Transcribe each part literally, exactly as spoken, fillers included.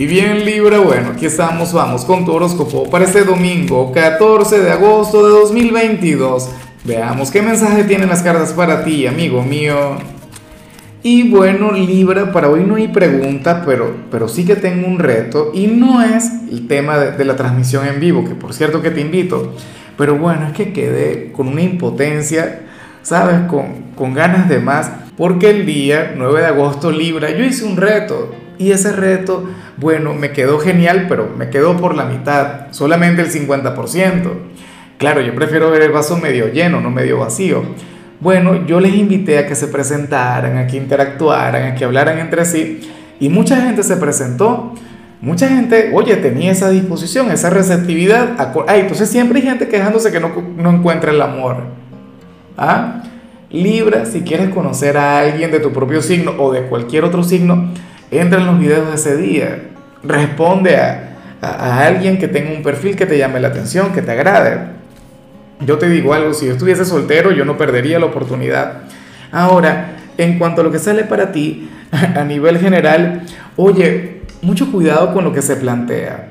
Y bien Libra, bueno, aquí estamos, vamos con tu horóscopo para este domingo, catorce de agosto de dos mil veintidós. Veamos qué mensaje tienen las cartas para ti, amigo mío. Y bueno, Libra, para hoy no hay pregunta, pero, pero sí que tengo un reto y no es el tema de, de la transmisión en vivo, que por cierto que te invito. Pero bueno, es que quedé con una impotencia, ¿sabes? Con, con ganas de más, porque el día nueve de agosto, Libra, yo hice un reto. Y ese reto, bueno, me quedó genial, pero me quedó por la mitad, solamente el cincuenta por ciento. Claro, yo prefiero ver el vaso medio lleno, no medio vacío. Bueno, yo les invité a que se presentaran, a que interactuaran, a que hablaran entre sí, y mucha gente se presentó. Mucha gente, oye, tenía esa disposición, esa receptividad. Ay, entonces siempre hay gente quejándose que no, no encuentra el amor. ¿Ah? Libra, si quieres conocer a alguien de tu propio signo o de cualquier otro signo, entra en los videos de ese día, responde a, a, a alguien que tenga un perfil que te llame la atención, que te agrade. Yo te digo algo, si yo estuviese soltero, yo no perdería la oportunidad. Ahora, en cuanto a lo que sale para ti, a nivel general, oye, mucho cuidado con lo que se plantea,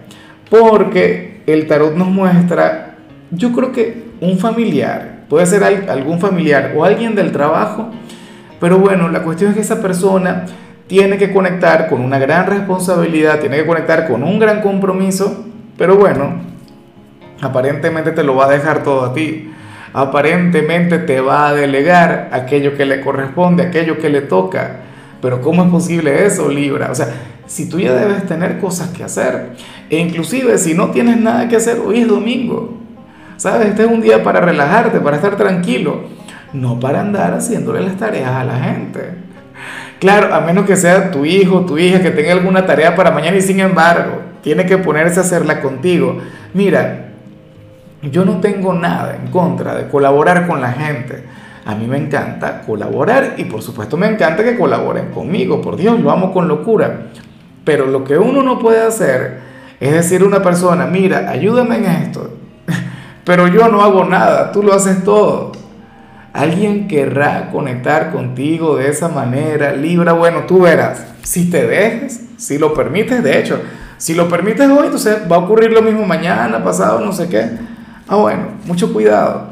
porque el tarot nos muestra, yo creo que un familiar, puede ser algún familiar o alguien del trabajo, pero bueno, la cuestión es que esa persona tiene que conectar con una gran responsabilidad, tiene que conectar con un gran compromiso, pero bueno, aparentemente te lo va a dejar todo a ti, aparentemente te va a delegar aquello que le corresponde, aquello que le toca, pero ¿cómo es posible eso, Libra? O sea, si tú ya debes tener cosas que hacer, e inclusive si no tienes nada que hacer, hoy es domingo, ¿sabes? Este es un día para relajarte, para estar tranquilo, no para andar haciéndole las tareas a la gente. Claro, a menos que sea tu hijo, tu hija, que tenga alguna tarea para mañana y sin embargo, tiene que ponerse a hacerla contigo. Mira, yo no tengo nada en contra de colaborar con la gente. A mí me encanta colaborar y por supuesto me encanta que colaboren conmigo. Por Dios, lo amo con locura. Pero lo que uno no puede hacer es decir a una persona, mira, ayúdame en esto, pero yo no hago nada, tú lo haces todo. Alguien querrá conectar contigo de esa manera, Libra. Bueno, tú verás, si te dejes, si lo permites, de hecho, si lo permites hoy, entonces va a ocurrir lo mismo mañana, pasado, no sé qué. Ah, bueno, mucho cuidado.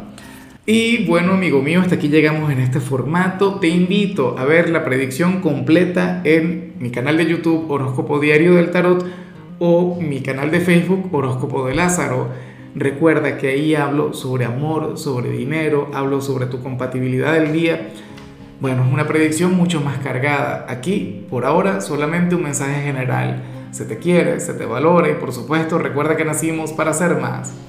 Y bueno, amigo mío, hasta aquí llegamos en este formato. Te invito a ver la predicción completa en mi canal de YouTube, Horóscopo Diario del Tarot, o mi canal de Facebook, Horóscopo de Lázaro. Recuerda que ahí hablo sobre amor, sobre dinero, hablo sobre tu compatibilidad del día. Bueno, es una predicción mucho más cargada. Aquí, por ahora, solamente un mensaje general. Se te quiere, se te valora y por supuesto, recuerda que nacimos para ser más.